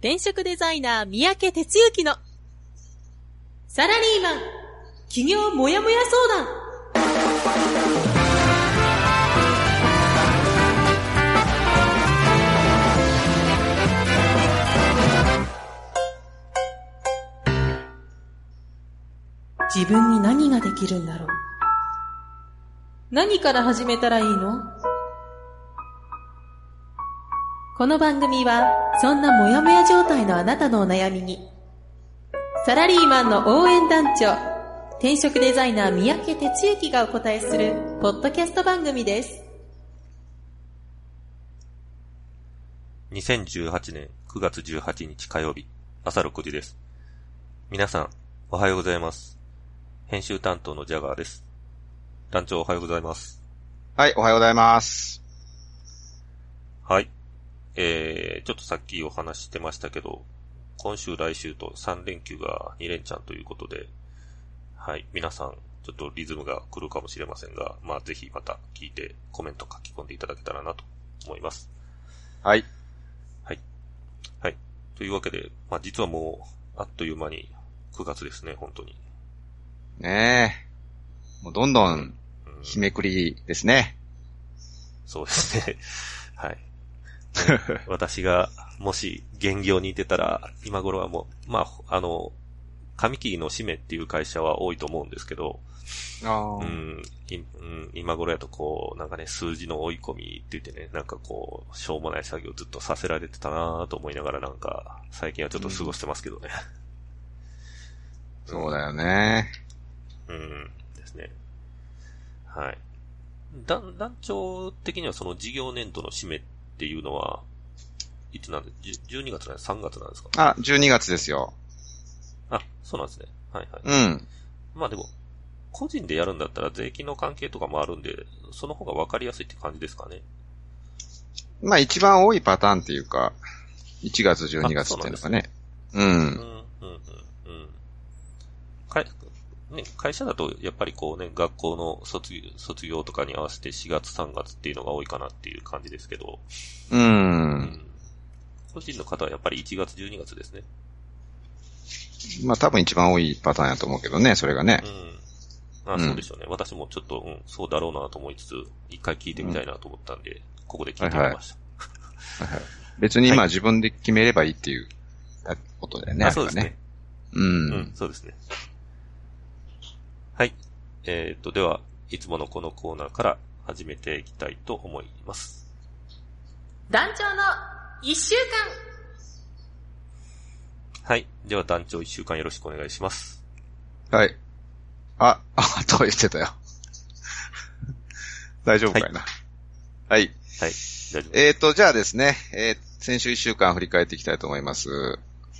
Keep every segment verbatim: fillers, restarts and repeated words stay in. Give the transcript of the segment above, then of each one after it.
転職デザイナー三宅哲之のサラリーマン起業もやもや相談。自分に何ができるんだろう。何から始めたらいいの？この番組はそんなモヤモヤ状態のあなたのお悩みにサラリーマンの応援団長、転職デザイナー三宅哲之がお答えするポッドキャスト番組です。 にせんじゅうはちねんくがつじゅうはちにち火曜日朝ろくじです。皆さんおはようございます。編集担当のジャガーです。団長おはようございます。 はい、おはようございます。 はい。えー、ちょっとさっきお話してましたけど、今週来週とさんれんきゅうがに連チャンということで、はい、皆さんちょっとリズムが来るかもしれませんが、まあぜひまた聞いてコメント書き込んでいただけたらなと思います。 はい。 はい。はい。というわけで、まあ実はもうあっという間にくがつですね、本当に。 ねえ。もうどんどん日めくりですね。 うん、そうですね。はい。私がもし現業にいてたら今頃はもうまああの紙切りの締めっていう会社は多いと思うんですけど、 あ、 うん、いうん、今頃やとこうなんかね数字の追い込みって言ってね、なんかこうしょうもない作業ずっとさせられてたなと思いながらなんか最近はちょっと過ごしてますけどね。 うん、そうだよね。 うんですね。はい。団団長的にはその事業年度の締めっていうのはいつなんで、じゅうにがつなんですか、さんがつなんですか？ あ、じゅうにがつですよ。 あ、そうなんですね。はいはい。 うん。 まあでも、個人でやるんだったら税金の関係とかもあるんで、その方が分かりやすいって感じですかね。 まあ一番多いパターンっていうか、いちがつ、じゅうにがつっていうのがね。うん。うん、うん、うん、うん。会、ね、会社だとやっぱりこうね、学校の卒業、卒業とかに合わせてしがつ、さんがつっていうのが多いかなっていう感じですけど。うん。うん、個人の方はやっぱりいちがつ、じゅうにがつですね。まあ多分一番多いパターンやと思うけどね、それがね。 うん。あ、そうでしょうね。うん、私もちょっと、うん、そうだろうなと思いつつ、一回聞いてみたいなと思ったんで、うん、ここで聞いてみました。 はいはい、別に今、はい、自分で決めればいいっていうことだよね。 あ、そうですね。 うん。 うん、そうですね。はい。えー、っと、では、いつものこのコーナーから始めていきたいと思います。 団長の一週間。 はい。では、団長一週間よろしくお願いします。 はい。あ、あ、と言ってたよ。大丈夫かいな。はい。はい。 はい、大丈夫。 えーと、じゃあですね、えー、先週一週間振り返っていきたいと思います。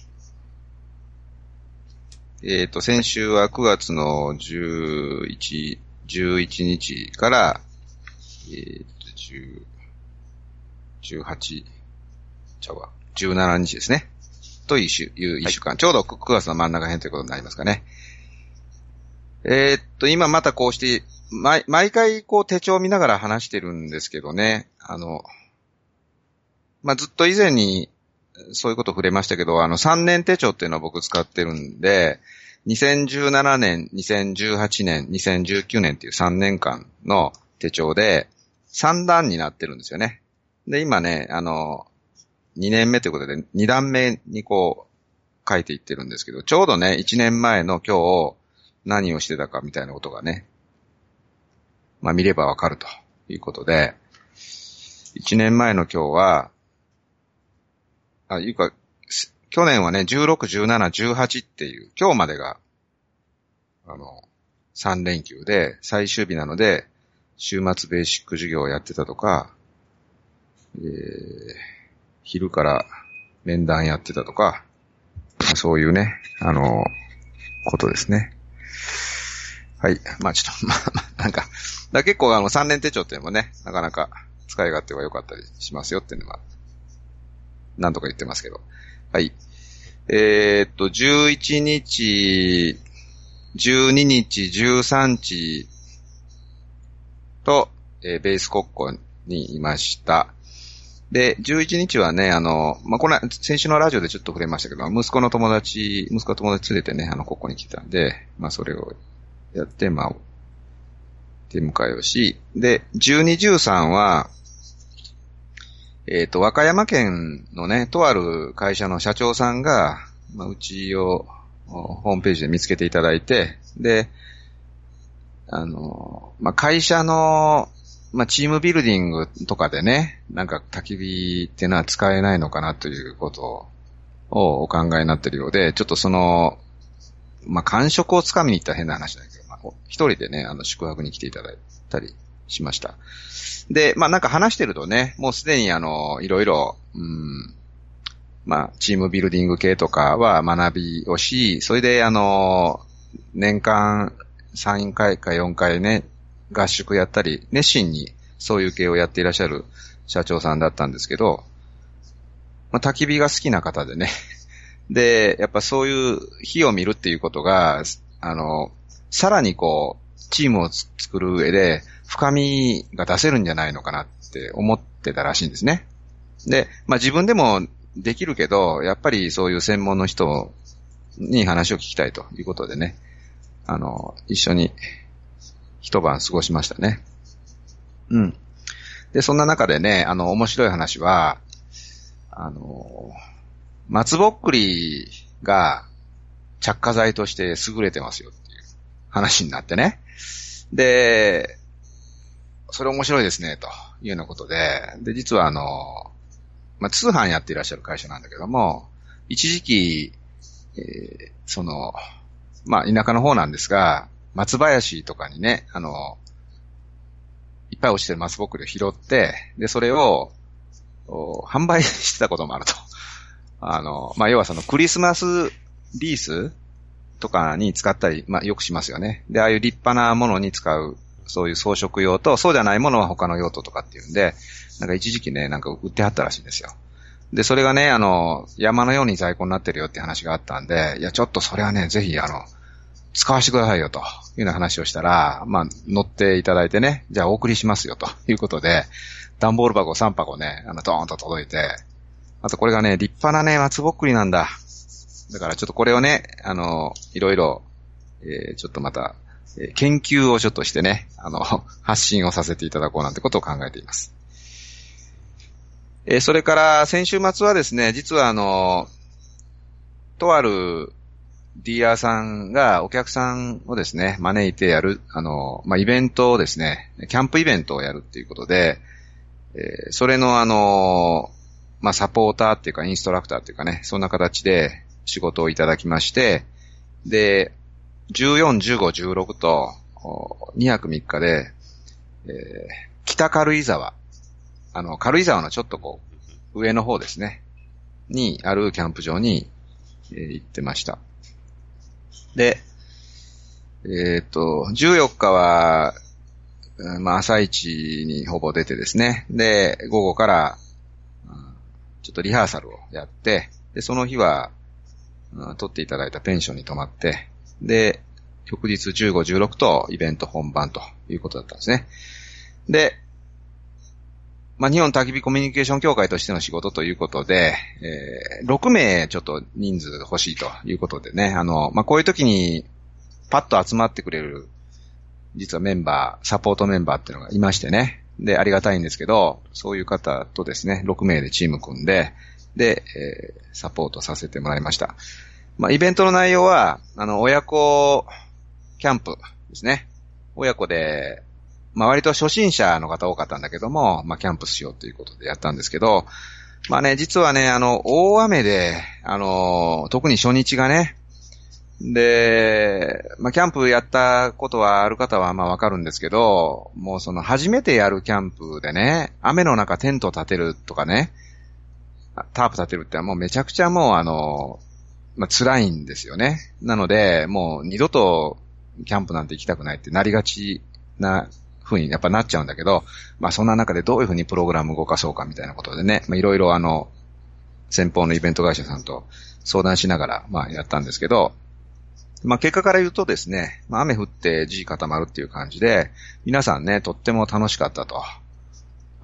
えーと、先週はくがつのじゅういち、じゅういちにちから、えーと、じゅう、じゅうはち、ちゃうわ、じゅうしちにちですね。という一週間、はい、ちょうどくがつの真ん中辺ということになりますかね。えー、っと、今またこうして、毎、毎回こう手帳を見ながら話してるんですけどね、あの、まあ、ずっと以前にそういうこと触れましたけど、あのさんねん手帳っていうのを僕使ってるんで、にせんじゅうななねん、にせんじゅうはちねん、にせんじゅうきゅうねんっていうさんねんかんの手帳でさんだんになってるんですよね。で、今ね、あの、にねんめということでにだんめにこう書いていってるんですけど、ちょうどね、いちねんまえの今日何をしてたかみたいなことがね、まあ見ればわかるということで、いちねんまえの今日は、あ、いうか、去年はね、じゅうろく、じゅうなな、じゅうはちっていう、今日までが、あの、さんれんきゅうで、最終日なので、週末ベーシック授業をやってたとか、えー、昼から面談やってたとか、そういうね、あの、ことですね。はい。まあちょっと、まあ、なんか、だ結構あのさんねん手帳っていうのもね、なかなか使い勝手は良かったりしますよっていうのは、なんとか言ってますけど。はい。えー、っと、じゅういちにち、じゅうににち、じゅうさんにちと、えー、ベース国庫にいました。 で、じゅういちにちはね、あの、まあ、これ、先週のラジオでちょっと触れましたけど、息子の友達、息子の友達連れてね、あの、ここに来たんで、まあ、それをやって、まあ、出迎えをし、で、じゅうに、じゅうさんは、えっと、和歌山県のね、とある会社の社長さんが、まあ、うちを、ホームページで見つけていただいて、で、あの、まあ、会社の、まあ、チームビルディングとかでね、なんか焚き火っていうのは使えないのかなということをお考えになっているようで、ちょっとその、まあ、感触をつかみに行ったら変な話だけど、まあ、一人でね、あの、宿泊に来ていただいたりしました。で、まあ、なんか話してるとね、もうすでにあの、いろいろ、うん、まあ、チームビルディング系とかは学びをし、それであの、年間さんかいかよんかいね、合宿やったり、熱心にそういう系をやっていらっしゃる社長さんだったんですけど、まあ、焚き火が好きな方でね。で、やっぱそういう火を見るっていうことが、あの、さらにこう、チームを作る上で深みが出せるんじゃないのかなって思ってたらしいんですね。で、まあ自分でもできるけど、やっぱりそういう専門の人に話を聞きたいということでね、あの、一緒に一晩過ごしましたね。うん。で、そんな中でね、あの、面白い話は、あの、松ぼっくりが着火剤として優れてますよっていう話になってね。で、それ面白いですね、というようなことで、で、実はあの、まあ、通販やっていらっしゃる会社なんだけども、一時期、えー、その、まあ、田舎の方なんですが、松林とかにね、あの、いっぱい落ちてる松ぼっくりを拾って、で、それを、販売してたこともあると。あの、まあ、要はそのクリスマスリースとかに使ったり、まあ、よくしますよね。で、ああいう立派なものに使う、そういう装飾用と、そうじゃないものは他の用途とかっていうんで、なんか一時期ね、なんか売ってはったらしいんですよ。で、それがね、あの、山のように在庫になってるよって話があったんで、いや、ちょっとそれはね、ぜひ、あの、使わせてくださいよ、というような話をしたら、まあ、乗っていただいてね、じゃあお送りしますよ、ということで、段ボール箱さん箱ね、あの、ドーンと届いて、あとこれがね、立派なね、松ぼっくりなんだ。だからちょっとこれをね、あの、いろいろ、えー、ちょっとまた、えー、研究をちょっとしてね、あの、発信をさせていただこうなんてことを考えています。えー、それから先週末はですね、実はあの、とあるディーラーさんがお客さんをですね、招いてやる、あの、まあ、イベントをですね、キャンプイベントをやるっていうことで、えー、それのあの、まあ、サポーターっていうかインストラクターっていうかね、そんな形で仕事をいただきまして、で、じゅうよん、じゅうご、じゅうろくとにはくみっかで、えー、北軽井沢、あの、軽井沢のちょっとこう、上の方ですね、にあるキャンプ場に、えー、行ってました。で、えっと、じゅうよっかは、まあ、朝一にほぼ出てですね、で、午後から、ちょっとリハーサルをやって、で、その日は、うん、取っていただいたペンションに泊まって、で、翌日じゅうご、じゅうろくとイベント本番ということだったんですね。で、まあ、日本焚き火コミュニケーション協会としての仕事ということで、えー、ろくめいちょっと人数欲しいということでね、あの、まあ、こういう時にパッと集まってくれる、実はメンバー、サポートメンバーっていうのがいましてね。で、ありがたいんですけど、そういう方とですね、ろくめいでチーム組んで、で、えー、サポートさせてもらいました。まあ、イベントの内容は、あの、親子キャンプですね。親子で、まあ、割と初心者の方多かったんだけども、まあ、キャンプしようということでやったんですけど、まあね、実はね、あの、大雨で、あの、特に初日がね、で、まあ、キャンプやったことはある方はまあわかるんですけど、もうその初めてやるキャンプでね、雨の中テント立てるとかね、タープ立てるってもうめちゃくちゃもうあの、まあ、辛いんですよね。なので、もう二度とキャンプなんて行きたくないってなりがちな風にやっぱなっちゃうんだけど、まあそんな中でどういう風にプログラム動かそうかみたいなことでね、まあいろいろあの、先方のイベント会社さんと相談しながらまあやったんですけど、まあ結果から言うとですね、まあ雨降って地固まるっていう感じで、皆さんね、とっても楽しかったと。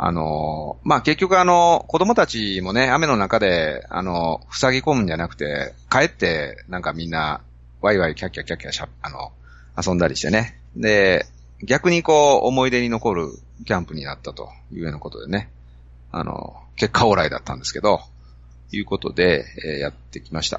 あの、まあ、結局あの、子供たちもね、雨の中で、あの、塞ぎ込むんじゃなくて、帰って、なんかみんな、ワイワイキャッキャキャッキャしゃ、あの、遊んだりしてね。で、逆にこう、思い出に残るキャンプになったというようなことでね。あの、結果オーライだったんですけど、いうことで、えー、やってきました。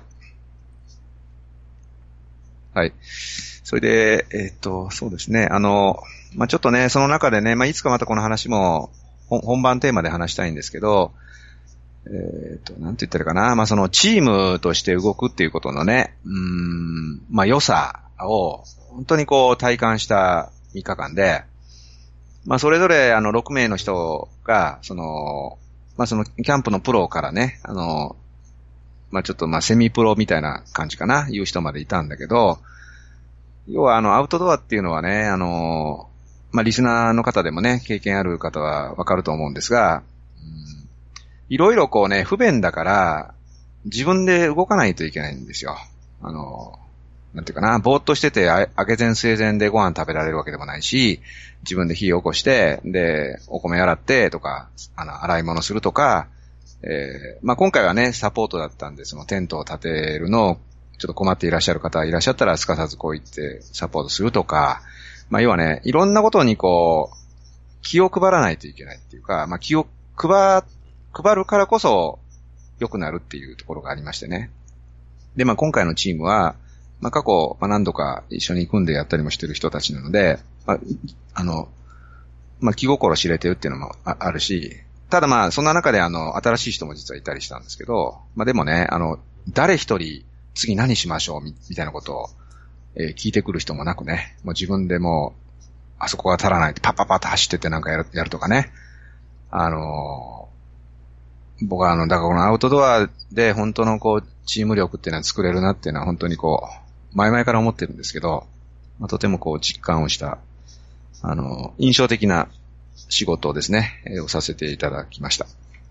はい。それで、えー、っと、そうですね。あの、まあ、ちょっとね、その中でね、まあ、いつかまたこの話も、本番テーマで話したいんですけど、えー、っと、なんて言ったらいいかな。まあ、その、チームとして動くっていうことのね、うーん、まあ、良さを、本当にこう、体感したみっかかんで、まあ、それぞれ、あの、ろくめいの人が、その、まあ、その、キャンプのプロからね、あの、まあ、ちょっと、まあ、セミプロみたいな感じかな、いう人までいたんだけど、要は、あの、アウトドアっていうのはね、あの、まあ、リスナーの方でもね、経験ある方はわかると思うんですが、うん、いろいろこうね、不便だから、自分で動かないといけないんですよ。あの、なんていうかな、ぼーっとしてて、あげ膳据え膳でご飯食べられるわけでもないし、自分で火を起こして、で、お米洗ってとか、あの、洗い物するとか、えー、まあ、今回はね、サポートだったんで、そのテントを建てるのを、ちょっと困っていらっしゃる方いらっしゃったら、すかさずこう言ってサポートするとか、まあ、要はね、いろんなことにこう、気を配らないといけないっていうか、まあ、気を配、配るからこそ良くなるっていうところがありましてね。で、まあ、今回のチームは、まあ、過去、まあ、何度か一緒に組んでやったりもしてる人たちなので、まあ、あの、まあ、気心知れてるっていうのも あ, あるし、ただまあ、そんな中であの、新しい人も実はいたりしたんですけど、まあ、でもね、あの、誰一人、次何しましょうみ、みたいなことを、えー、聞いてくる人もなくね、もう自分でもう、あそこが足らないってパッパッパッと走ってってなんかやる、やるとかね。あのー、僕はあの、だからこのアウトドアで本当のこう、チーム力っていうのは作れるなっていうのは本当にこう、前々から思ってるんですけど、まあ、とてもこう、実感をした、あのー、印象的な仕事をですね、えー、をさせていただきました。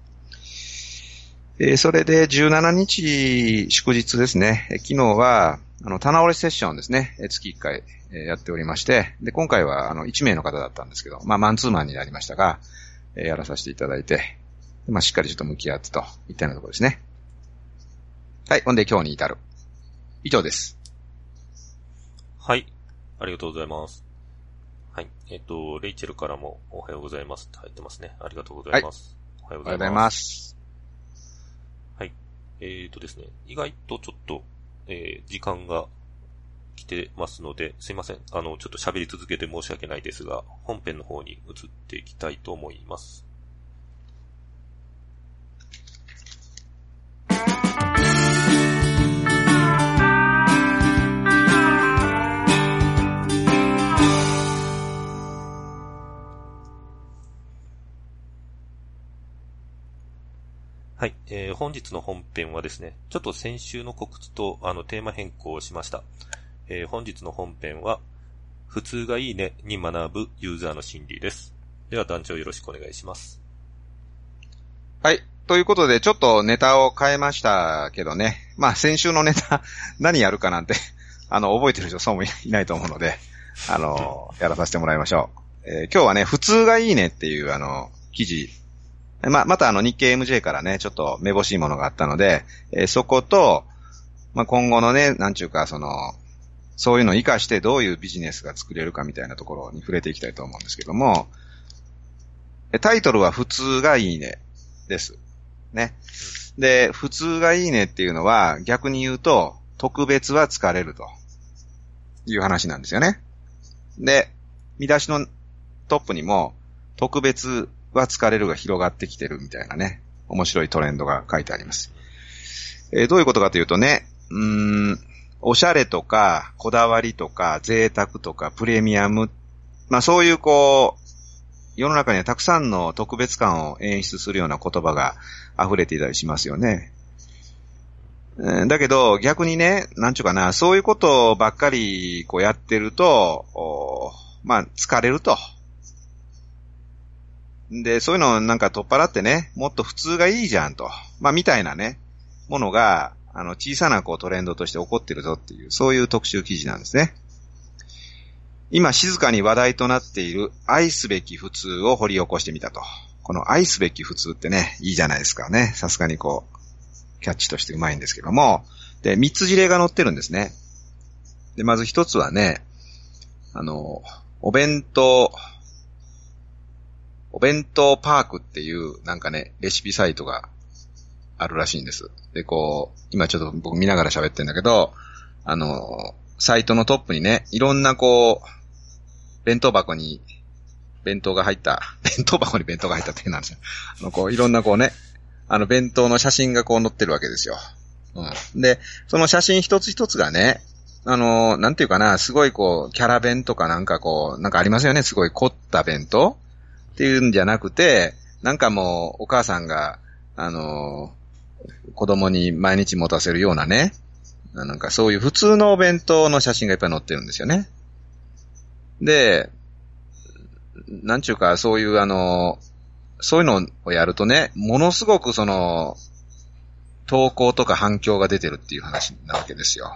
えー、それでじゅうしちにち祝日ですね。えー、昨日は、あの、棚卸しセッションですね。えー、月いっかい、えー、やっておりまして、で、今回はあの、いちめいの方だったんですけど、まあ、マンツーマンになりましたが、えー、やらさせていただいて、まあ、しっかりちょっと向き合ってといったようなところですね。はい、ほんで今日に至る。以上です。 はい、ありがとうございます。はい、えっと、レイチェルからもおはようございますって入ってますね。ありがとうございます。はい、おはようございます。はい、えーとですね、意外とちょっと、えー、時間が来てますので、すいません。あの、ちょっと喋り続けて申し訳ないですが、本編の方に移っていきたいと思います。はい、えー、本日の本編はですね、ちょっと先週の告知とあのテーマ変更をしました。えー、本日の本編は、普通がいいねに学ぶユーザーの心理です。では団長よろしくお願いします。 はい。ということで、ちょっとネタを変えましたけどね。まあ、先週のネタ、何やるかなんて、あの、覚えてる人そうもいないと思うので、あの、やらさせてもらいましょう。えー、今日はね、普通がいいねっていう、あの、記事、ま、またあの、日経 エムジェー からね、ちょっとめぼしいものがあったので、えー、そこと、まあ、今後のね、なんちゅうか、その、そういうのを活かしてどういうビジネスが作れるかみたいなところに触れていきたいと思うんですけども、タイトルは普通がいいねです。ね。で、普通がいいねっていうのは逆に言うと特別は疲れるという話なんですよね。で、見出しのトップにも特別は疲れるが広がってきてるみたいなね、面白いトレンドが書いてあります。えー、どういうことかというとね、うーん、おしゃれとか、こだわりとか、贅沢とか、プレミアム。まあそういうこう、世の中にはたくさんの特別感を演出するような言葉が溢れていたりしますよね。だけど逆にね、なんちゅうかな、そういうことばっかりこうやってると、まあ疲れると。で、そういうのをなんか取っ払ってね、もっと普通がいいじゃんと。まあみたいなね、ものが、あの、小さなこうトレンドとして起こってるぞっていう、そういう特集記事なんですね。今静かに話題となっている愛すべき普通を掘り起こしてみたと。 この愛すべき普通ってね、いいじゃないですかね。さすがにこう、キャッチとしてうまいんですけども。で、三つ事例が載ってるんですね。で、まず一つはね、あの、お弁当、お弁当パークっていう、なんかね、レシピサイトがあるらしいんです。で、こう、今ちょっと僕見ながら喋ってんだけど、あの、サイトのトップにね、いろんなこう、弁当箱に、弁当が入った、弁当箱に弁当が入ったってなんですよ。あの、こう、いろんなこうね、あの、弁当の写真がこう載ってるわけですよ。うん。で、その写真一つ一つがね、あの、なんていうかな、すごいこう、キャラ弁とかなんかこう、なんかありますよね、すごい凝った弁当っていうんじゃなくて、なんかもう、お母さんが、あの、子供に毎日持たせるようなね、なんかそういう普通のお弁当の写真がいっぱい載ってるんですよね。で、なんちゅうか、そういうあの、そういうのをやるとね、ものすごくその、投稿とか反響が出てるっていう話なわけですよ。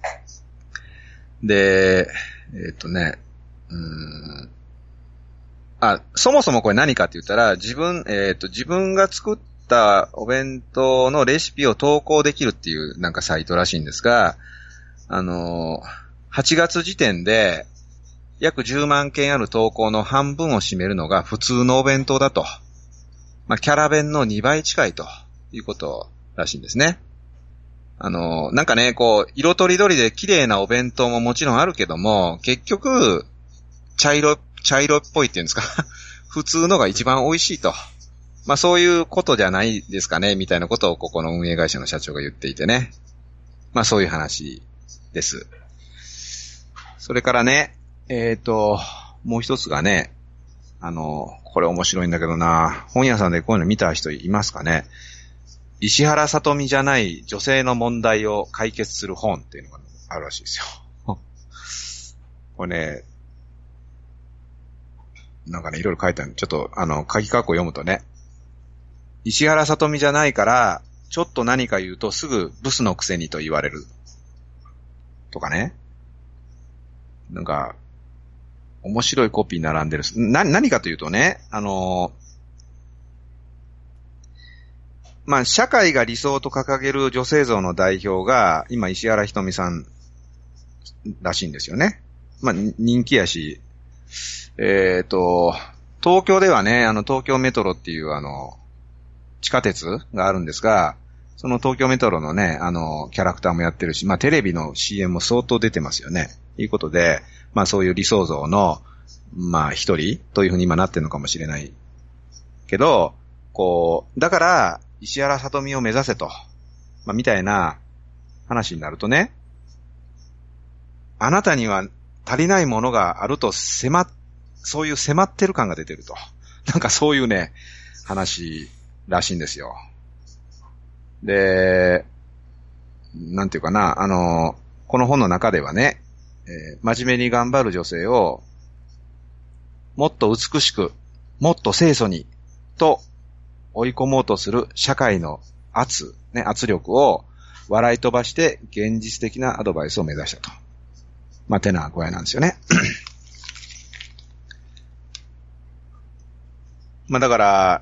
で、えっとね、うーん、あ、そもそもこれ何かって言ったら、自分、えっと、自分が作ったお弁当のレシピを投稿できるっていうなんかサイトらしいんですが、あの、はちがつ時点で、約じゅうまんけんある投稿の半分を占めるのが普通のお弁当だと。まあ、キャラ弁のにばい近いということらしいんですね。あの、なんかね、こう、色とりどりで綺麗なお弁当ももちろんあるけども、結局、茶色、茶色っぽいっていうんですか。普通のが一番美味しいと。まあそういうことじゃないですかね、みたいなことをここの運営会社の社長が言っていてね。まあそういう話です。それからね、えっと、もう一つがね、あの、これ面白いんだけどな、本屋さんでこういうの見た人いますかね。石原さとみじゃない女性の問題を解決する本っていうのがあるらしいですよ。これね、なんかね、いろいろ書いてある。ちょっと、あの、鍵括弧読むとね、石原さとみじゃないから、ちょっと何か言うとすぐブスのくせにと言われる。とかね。なんか、面白いコピー並んでる。な、何かというとね、あの、まあ、社会が理想と掲げる女性像の代表が、今石原ひとみさんらしいんですよね。まあ、人気やし、えっと、東京ではね、あの、東京メトロっていうあの、地下鉄があるんですが、その東京メトロのね、あの、キャラクターもやってるし、まあ、テレビの シーエム も相当出てますよね。ということで、まあ、そういう理想像の、まあ、一人というふうに今なってるのかもしれないけど、こう、だから、石原さとみを目指せと、まあ、みたいな話になるとね、あなたには足りないものがあると迫っ、そういう迫ってる感が出てると。なんかそういうね、話らしいんですよ。で、なんていうかな、あの、この本の中ではね、えー、真面目に頑張る女性を、もっと美しく、もっと清楚に、と追い込もうとする社会の圧、ね、圧力を笑い飛ばして現実的なアドバイスを目指したと。まあ、てな具合なんですよね。まあ、だから、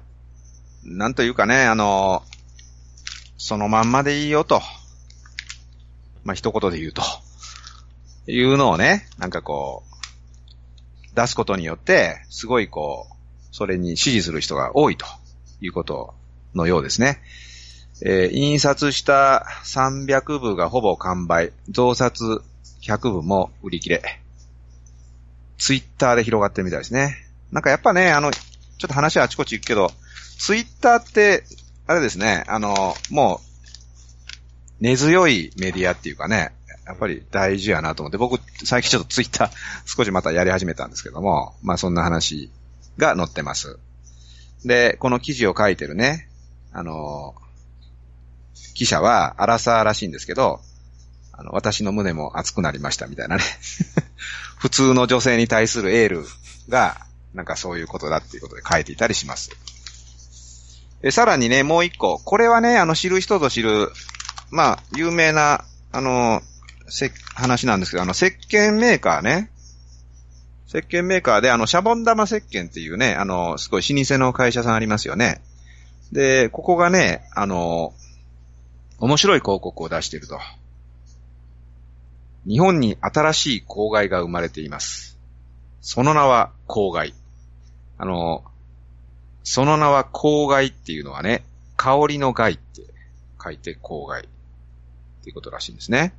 なんというかね、あの、そのまんまでいいよと。まあ、一言で言うと。いうのをね、なんかこう、出すことによって、すごいこう、それに支持する人が多いということのようですね。えー、印刷したさんびゃくぶがほぼ完売、増刷ひゃくぶも売り切れ。ツイッターで広がってるみたいですね。なんかやっぱね、あの、ちょっと話はあちこち行くけど、ツイッターって、あれですね、あの、もう、根強いメディアっていうかね、やっぱり大事やなと思って、僕、最近ちょっとツイッター少しまたやり始めたんですけども、まあそんな話が載ってます。で、この記事を書いてるね、あの、記者はアラサーらしいんですけど、あの、私の胸も熱くなりましたみたいなね。普通の女性に対するエールが、なんかそういうことだっていうことで書いていたりします。え、さらにね、もう一個。これはね、あの、知る人ぞ知る、まあ、有名な、あの、せ、話なんですけど、あの、石鹸メーカーね。 石鹸メーカーで、あの、シャボン玉石鹸っていうね、あの、すごい老舗の会社さんありますよね。で、ここがね、あの、面白い広告を出していると。日本に新しい公害が生まれています。その名は公害。あの、その名は公害っていうのはね、香りの害って書いて公害っていうことらしいんですね。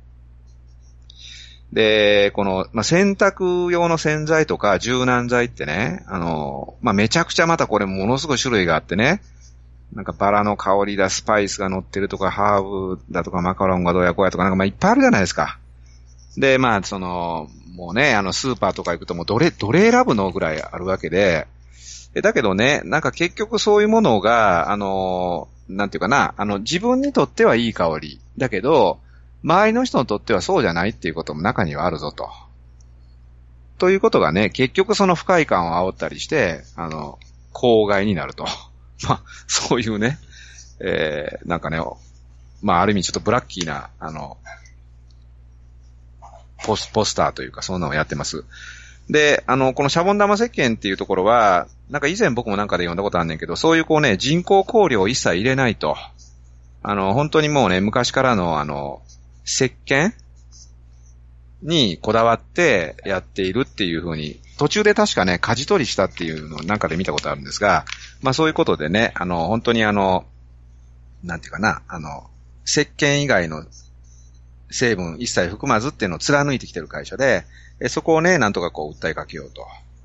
で、この、まあ、洗濯用の洗剤とか柔軟剤ってね、あの、まあ、めちゃくちゃまたこれものすごい種類があってね、なんかバラの香りだ、スパイスが乗ってるとか、ハーブだとか、マカロンがどうやこうやとか、なんかまあいっぱいあるじゃないですか。で、まあ、その、もうね、あの、スーパーとか行くともうどれ、どれ選ぶのぐらいあるわけで、だけどね、なんか結局そういうものが、あの、なんていうかな、あの、自分にとってはいい香り。だけど、周りの人にとってはそうじゃないっていうことも中にはあるぞと。ということがね、結局その不快感を煽ったりして、あの、公害になると。まあ、そういうね、えー、なんかね、まあ、ある意味ちょっとブラッキーな、あの、ポス、ポスターというか、そんなのをやってます。で、あの、このシャボン玉石鹸っていうところは、なんか以前僕もなんかで読んだことあんねんけど、そういうこうね、人工香料を一切入れないと。あの、本当にもうね、昔からのあの、石鹸にこだわってやっているっていう風に、途中で確かね、舵取りしたっていうのをなんかで見たことあるんですが、まあそういうことでね、あの、本当にあの、なんていうかな、あの、石鹸以外の成分一切含まずっていうのを貫いてきてる会社で、そこをね、なんとかこう訴えかけようと。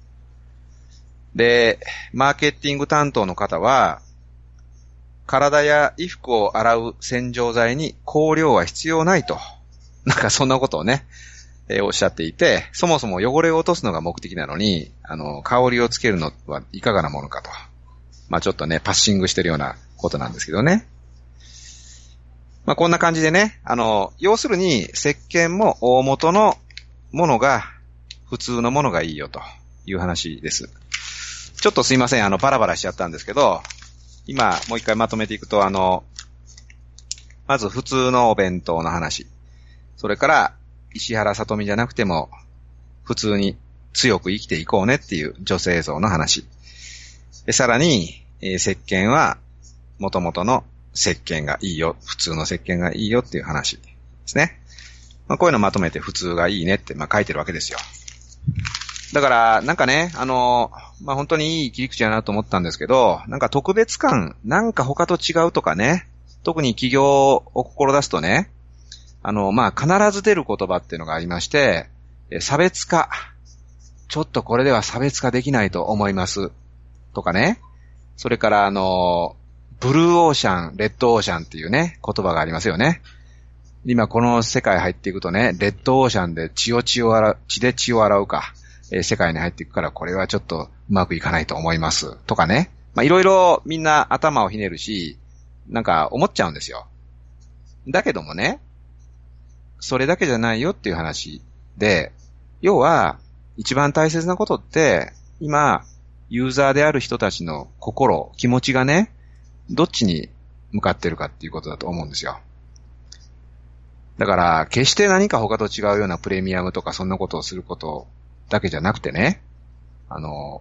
で、マーケティング担当の方は、体や衣服を洗う洗浄剤に香料は必要ないと。なんかそんなことをね、えー、おっしゃっていて、そもそも汚れを落とすのが目的なのに、あの、香りをつけるのはいかがなものかと。まあちょっとね、パッシングしてるようなことなんですけどね。まあこんな感じでね、あの、要するに石鹸も大元のものが普通のものがいいよという話です。ちょっとすいません、あの、バラバラしちゃったんですけど、今もう一回まとめていくと、あの、まず普通のお弁当の話。それから、石原さとみじゃなくても、普通に強く生きていこうねっていう女性像の話。で、さらに、えー、石鹸は、元々の石鹸がいいよ、普通の石鹸がいいよっていう話ですね。まあ、こういうのをまとめて普通がいいねって、まあ、書いてるわけですよ。だから、なんかね、あの、まあ、本当にいい切り口だなと思ったんですけど、なんか特別感、なんか他と違うとかね、特に起業を志すとね、あの、まあ、必ず出る言葉っていうのがありまして、差別化。ちょっとこれでは差別化できないと思います。とかね。それから、あの、ブルーオーシャン、レッドオーシャンっていうね、言葉がありますよね。今この世界入っていくとね、レッドオーシャンで血を血を洗う、血で血を洗うか、えー、世界に入っていくからこれはちょっとうまくいかないと思います。とかね。まあ、いろいろみんな頭をひねるし、なんか思っちゃうんですよ。だけどもね、それだけじゃないよっていう話で、要は一番大切なことって、今、ユーザーである人たちの心、気持ちがね、どっちに向かってるかっていうことだと思うんですよ。だから、決して何か他と違うようなプレミアムとかそんなことをすることだけじゃなくてね、あの、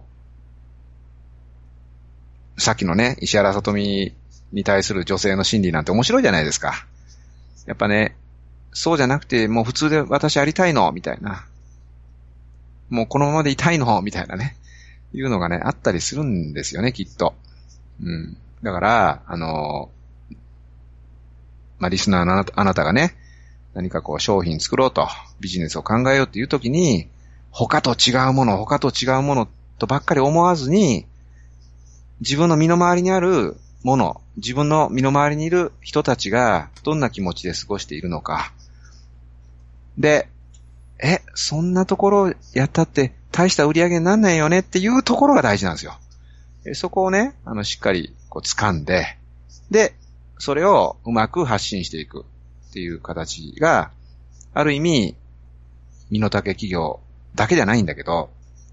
さっきのね、石原さとみに対する女性の心理なんて面白いじゃないですか。やっぱね、そうじゃなくて、もう普通で私ありたいのみたいな。もうこのままでいたいのみたいなね。いうのがね、あったりするんですよね、きっと。うん。だから、あの、まあ、リスナーのあなた、あなたがね、何かこう商品作ろうと、ビジネスを考えようっていうときに、他と違うもの、他と違うものとばっかり思わずに、自分の身の回りにあるもの、自分の身の回りにいる人たちがどんな気持ちで過ごしているのか。で、え、そんなところやったって大した売り上げになんないよねっていうところが大事なんですよ。そこをね、あの、しっかりこう掴んで、で、それをうまく発信していくっていう形が、ある意味、身の丈企業だけじゃないんだけど、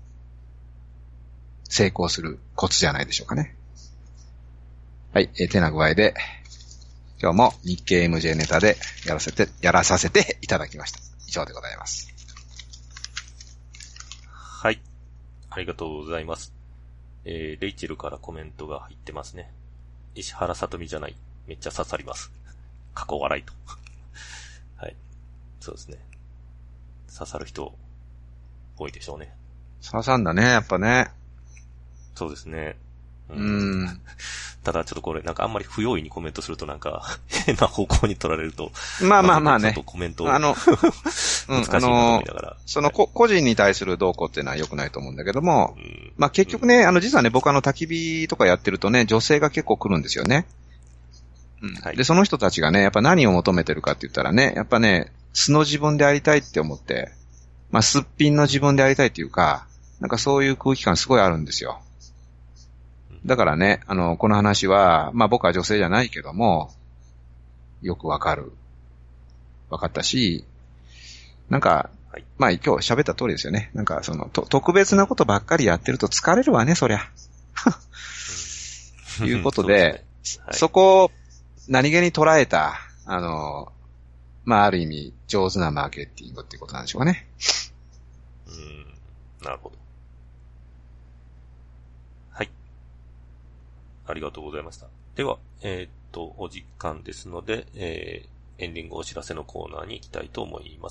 成功するコツじゃないでしょうかね。はい、えー、てな具合で、今日も日経 エムジェー ネタでやらせて、やらさせていただきました。以上でございます。 はい。 ありがとうございます。えー、レイチェルからコメントが入ってますね。石原さとみじゃない。めっちゃ刺さります。過去笑いと。はい。そうですね。刺さる人、多いでしょうね。 刺さんだね、やっぱね。 そうですね。 うん。うんただちょっとこれなんかあんまり不用意にコメントするとなんか変な方向に取られると。 まあまあまあね。 ちょっとコメントあの、 難しいなと思いながら。 そのこ、個人に対する動向っていうのは良くないと思うんだけども、うん、まあ結局ね、あの実はね、僕あの焚き火とかやってるとね、女性が結構来るんですよね。うん。はい、で、その人たちがね、やっぱ何を求めてるかって言ったらね、やっぱね、素の自分でありたいって思って、まあすっぴんの自分でありたいっていうか、なんかそういう空気感すごいあるんですよ。だからね、あの、この話は、まあ僕は女性じゃないけども、よくわかる。わかったし、なんか、はい、まあ今日喋った通りですよね。なんかその、と特別なことばっかりやってると疲れるわね、そりゃ。ということで、でねはい、そこを何気に捉えた、あの、まあある意味上手なマーケティングっていうことなんでしょうかね。 うん、なるほど。ありがとうございました。では、えー、っと、お時間ですので、えー、エンディングお知らせのコーナーに行きたいと思います。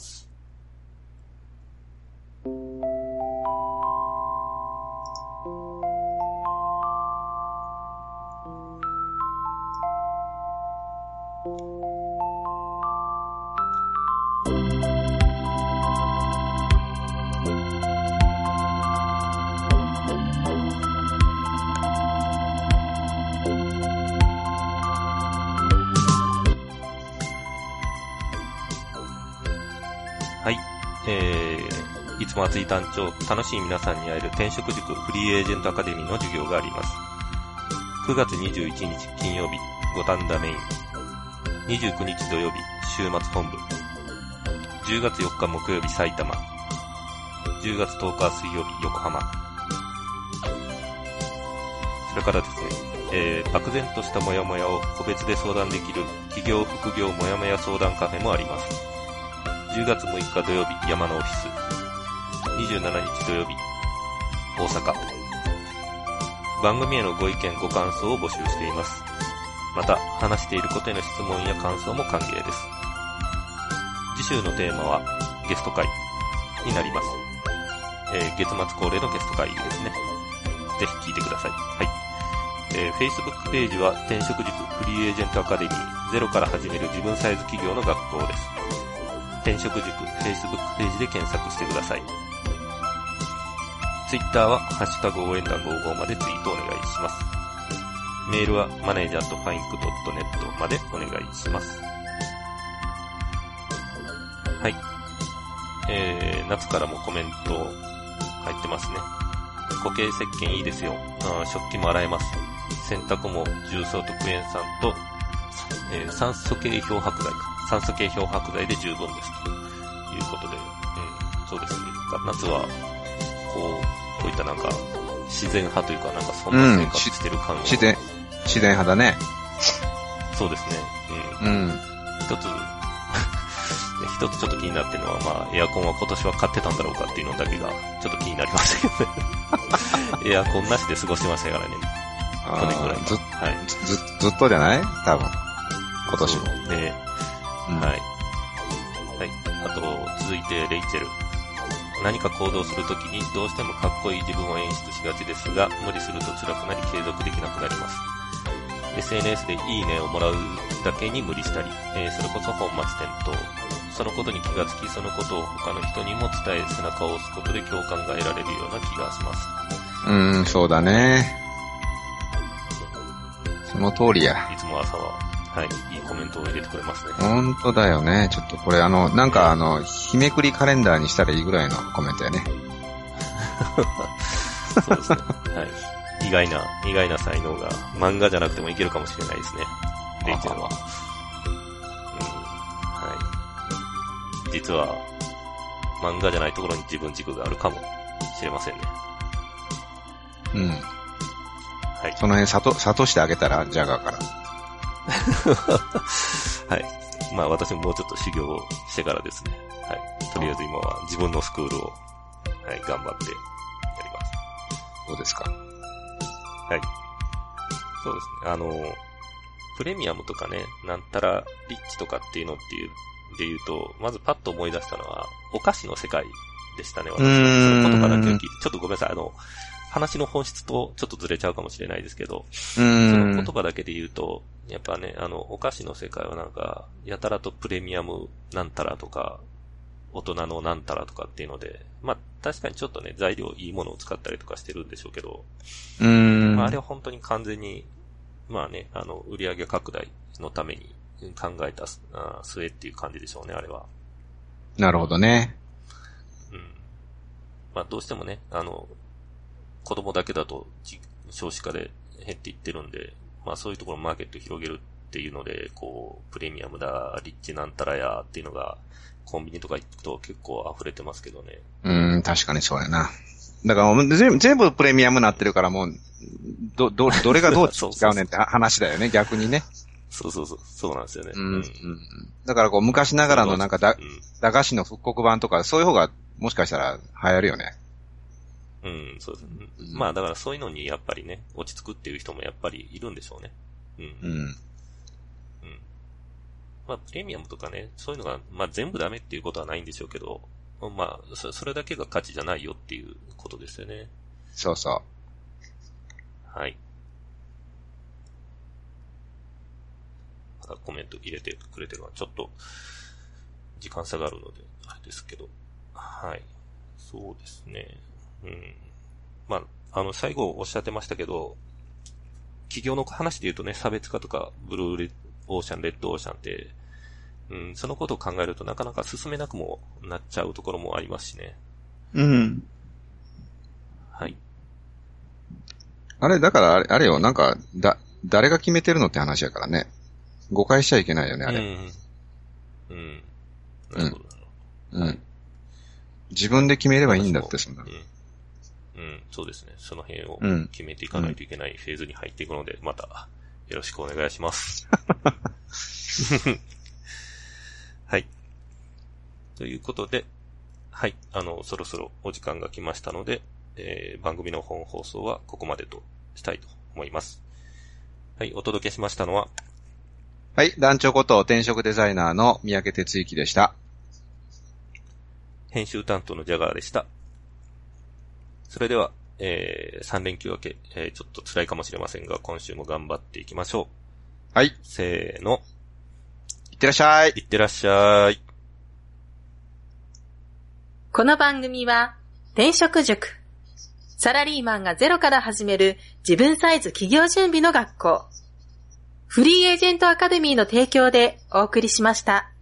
えー、いつも熱い団長、楽しい皆さんに会える転職塾フリーエージェントアカデミーの授業があります。くがつにじゅういちにち金曜日、五反田メイン。にじゅうくにち土曜日、週末本部。じゅうがつよっか木曜日、埼玉。じゅうがつとおか水曜日、横浜。それからですね、えー、漠然としたモヤモヤを個別で相談できる企業副業モヤモヤ相談カフェもあります。じゅうがつむいか土曜日、山のオフィス。にじゅうしちにち土曜日、大阪。番組へのご意見ご感想を募集しています。また、話していることへの質問や感想も歓迎です。次週のテーマは、ゲスト会になります。えー、月末恒例のゲスト会ですね。ぜひ聞いてください。はい。えー、Facebook ページは、転職塾フリーエージェントアカデミーゼロから始める自分サイズ企業の学校です。転職塾 Facebook ページで検索してください。Twitter はハッシュタグ応援団ごじゅうごまでツイートお願いします。メールはマネージャーとファインクドットネットまでお願いします。はい。えー、夏からもコメント入ってますね。固形石鹸いいですよ。あ、食器も洗えます。洗濯も重曹とクエン酸と、えー、酸素系漂白剤か。酸素系漂白剤で十分ですということで、うん、そうですね。夏はこうこういったなんか自然派というかなんかそんな生活してる感じ、 うん、自然自然派だね。 そうですね。うん。うん、一つ一つちょっと気になってるのはまあエアコンは今年は買ってたんだろうかっていうのだけがちょっと気になりましたけどね。エアコンなしで過ごしてましたからね。去年ぐらいず、 はい、 ずずっとじゃない？多分今年も。 ね。はい。はい。あと、続いて、レイチェル。何か行動するときにどうしてもかっこいい自分を演出しがちですが、無理すると辛くなり継続できなくなります。エスエヌエス でいいねをもらうだけに無理したり、えー、それこそ本末転倒。そのことに気がつき、そのことを他の人にも伝え、背中を押すことで共感が得られるような気がします。 うーん、そうだね。その通りや。 いつも朝は、はい、いいコメントを入れてくれますね。 ほんとだよね。ちょっとこれあの、なんかあの、日めくりカレンダーにしたらいいぐらいのコメントやね。 そうですね。はい。意外な、意外な才能が漫画じゃなくてもいけるかもしれないですね。レイチェルは。うん、はい。実は、漫画じゃないところに自分軸があるかもしれませんね。 うん。 はい。 その辺、里、里してあげたら、ジャガーから。 はい。まあ私ももうちょっと修行をしてからですね。はい。とりあえず今は自分のスクールを、はい、頑張ってやります。 どうですか？ はい。そうですね。あの、プレミアムとかね、なんたらリッチとかっていうのっていう、で言うと、まずパッと思い出したのは、お菓子の世界でしたね、私は。その言葉だけを聞いて、ちょっとごめんなさい、あの、話の本質とちょっとずれちゃうかもしれないですけど、その言葉だけで言うと、やっぱね、あの、お菓子の世界はなんか、やたらとプレミアムなんたらとか、大人のなんたらとかっていうので、まあ確かにちょっとね、材料いいものを使ったりとかしてるんでしょうけど、 うーん。 まああれは本当に完全に、まあね、あの、売上拡大のために考えた末っていう感じでしょうね、あれは。 なるほどね。 うん。まあどうしてもね、あの、子供だけだと少子化で減っていってるんで、まあそういうところマーケットを広げるっていうので、こう、プレミアムだ、リッチなんたらやっていうのが、コンビニとか行くと結構溢れてますけどね。 うん、確かにそうやな。だからもう全部、全部プレミアムになってるからもう、ど、ど、どれがどう違うねんって話だよね、逆にね。 そうそうそう、そうなんですよね。 うん。うん、だからこう昔ながらのなんかだ、うん、駄菓子の復刻版とか、そういう方がもしかしたら流行るよね。 うん、そうですね。うん、まあだからそういうのにやっぱりね、落ち着くっていう人もやっぱりいるんでしょうね。うん。うん。うん。まあプレミアムとかね、そういうのが、まあ全部ダメっていうことはないんでしょうけど、まあそ、それだけが価値じゃないよっていうことですよね。 そうそう。 はい。またコメント入れてくれてるのはちょっと時間差があるので、あれですけど。はい。そうですね。うん。まあ、あの、最後おっしゃってましたけど、企業の話で言うとね、差別化とか、ブルーレオーシャン、レッドオーシャンって、うん、そのことを考えるとなかなか進めなくもなっちゃうところもありますしね。 うん。 はい。 あれ、だからあれ、あれよ、なんか、だ、誰が決めてるのって話やからね。誤解しちゃいけないよね、あれ。うん。 うん。なるほど。 うん。うん、自分で決めればいいんだって、そんな。 うん。うん、そうですね。その辺を決めていかないといけないフェーズに入っていくので、またよろしくお願いします。はい。ということで、はい。あの、そろそろお時間が来ましたので、えー、番組の本放送はここまでとしたいと思います。はい。お届けしましたのは、 はい。団長こと転職デザイナーの三宅哲之でした。 編集担当のジャガーでした。それでは、えー、さん連休明け、えー、ちょっと辛いかもしれませんが、今週も頑張っていきましょう。はい。 せーの。 いってらっしゃい。 いってらっしゃい。 この番組は、転職塾。サラリーマンがゼロから始める自分サイズ企業準備の学校。フリーエージェントアカデミーの提供でお送りしました。